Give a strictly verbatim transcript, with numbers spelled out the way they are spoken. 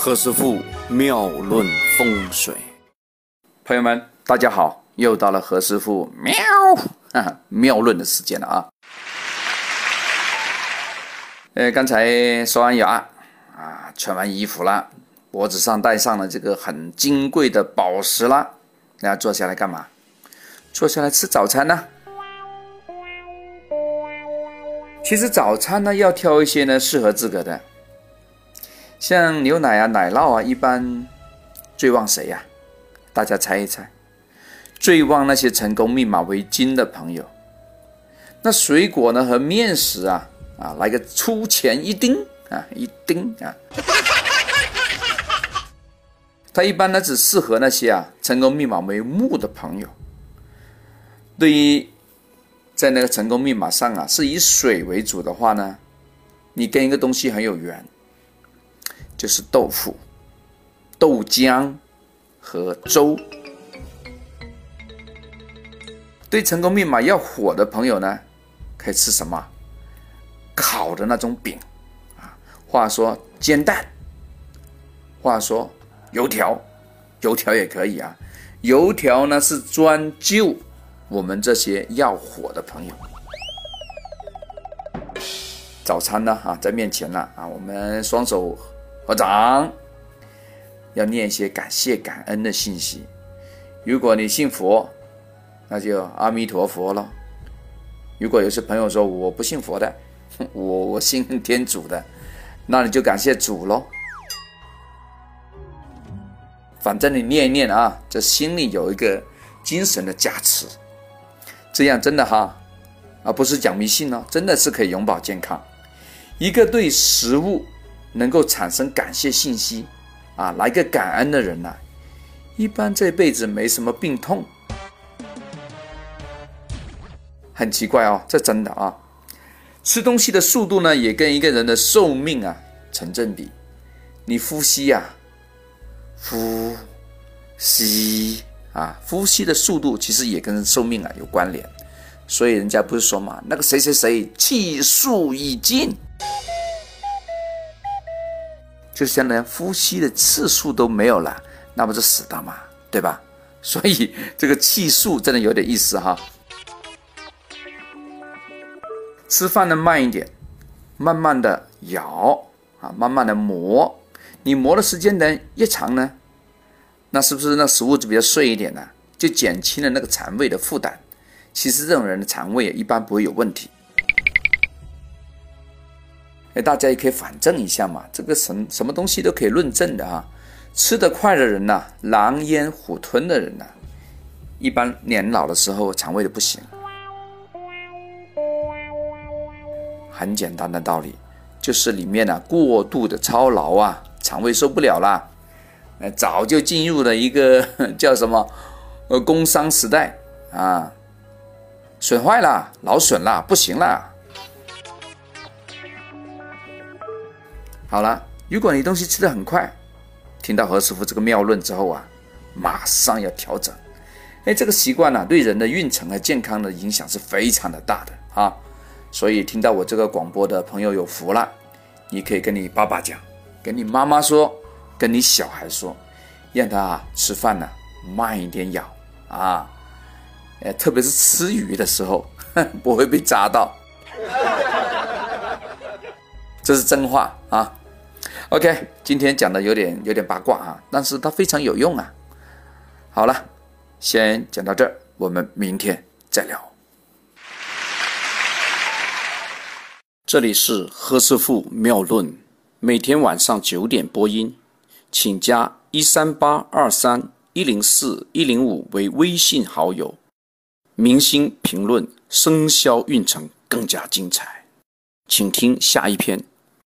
何师傅妙论风水，朋友们大家好，又到了何师傅喵妙论的时间了啊！呃，刚才刷完牙啊，穿完衣服了，脖子上戴上了这个很金贵的宝石了，大家坐下来干嘛？坐下来吃早餐呢？其实早餐呢，要挑一些呢适合自个的。像牛奶啊、奶酪啊，一般最旺谁呀、啊？大家猜一猜，最旺那些成功密码为金的朋友。那水果呢和面食啊，啊，来个出钱一丁啊，一丁啊。它一般呢只适合那些啊成功密码为木的朋友。对于在那个成功密码上啊是以水为主的话呢，你跟一个东西很有缘。就是豆腐、豆浆和粥。对成功密码要火的朋友呢，可以吃什么？烤的那种饼啊，话说煎蛋，话说油条，油条也可以啊。油条呢是专救我们这些要火的朋友。早餐呢啊在面前了啊，我们双手合掌，要念一些感谢感恩的信息。如果你信佛，那就阿弥陀佛了。如果有些朋友说我不信佛的，我我信天主的，那你就感谢主咯。反正你念一念啊，这心里有一个精神的加持，这样真的哈，啊不是讲迷信哦，真的是可以永葆健康。一个对食物能够产生感谢信息啊，来个感恩的人呢、啊，一般这辈子没什么病痛。很奇怪哦，这真的啊。吃东西的速度呢，也跟一个人的寿命啊成正比。你呼吸啊，呼吸啊，呼吸的速度其实也跟寿命啊有关联。所以人家不是说嘛，那个谁谁谁气数已尽。就像连呼吸的次数都没有了，那不是死的嘛，对吧？所以这个气数真的有点意思哈。吃饭呢慢一点，慢慢的咬啊，慢慢的磨。你磨的时间呢越长呢，那是不是那食物就比较碎一点呢？就减轻了那个肠胃的负担。其实这种人的肠胃一般不会有问题。大家也可以反证一下嘛，这个什什么东西都可以论证的啊。吃得快的人呢、啊，狼烟虎吞的人呢、啊，一般年老的时候肠胃都不行。很简单的道理，就是里面呢、啊、过度的操劳啊，肠胃受不了啦，呃，早就进入了一个叫什么呃工伤时代啊，损坏了，劳损了，不行了。好了，如果你东西吃得很快，听到何师傅这个妙论之后啊，马上要调整。哎，这个习惯呢、啊，对人的运程和健康的影响是非常的大的啊。所以听到我这个广播的朋友有福了，你可以跟你爸爸讲，跟你妈妈说，跟你小孩说，让他啊吃饭呢、啊、慢一点咬啊，呃，特别是吃鱼的时候，不会被扎到。这是真话啊 ！OK， 今天讲的有点有点八卦啊，但是它非常有用啊。好了，先讲到这儿，我们明天再聊。这里是何师傅妙论，每天晚上九点播音，请加一三八二三一零四一零五为微信好友。明星评论生肖运程更加精彩，请听下一篇。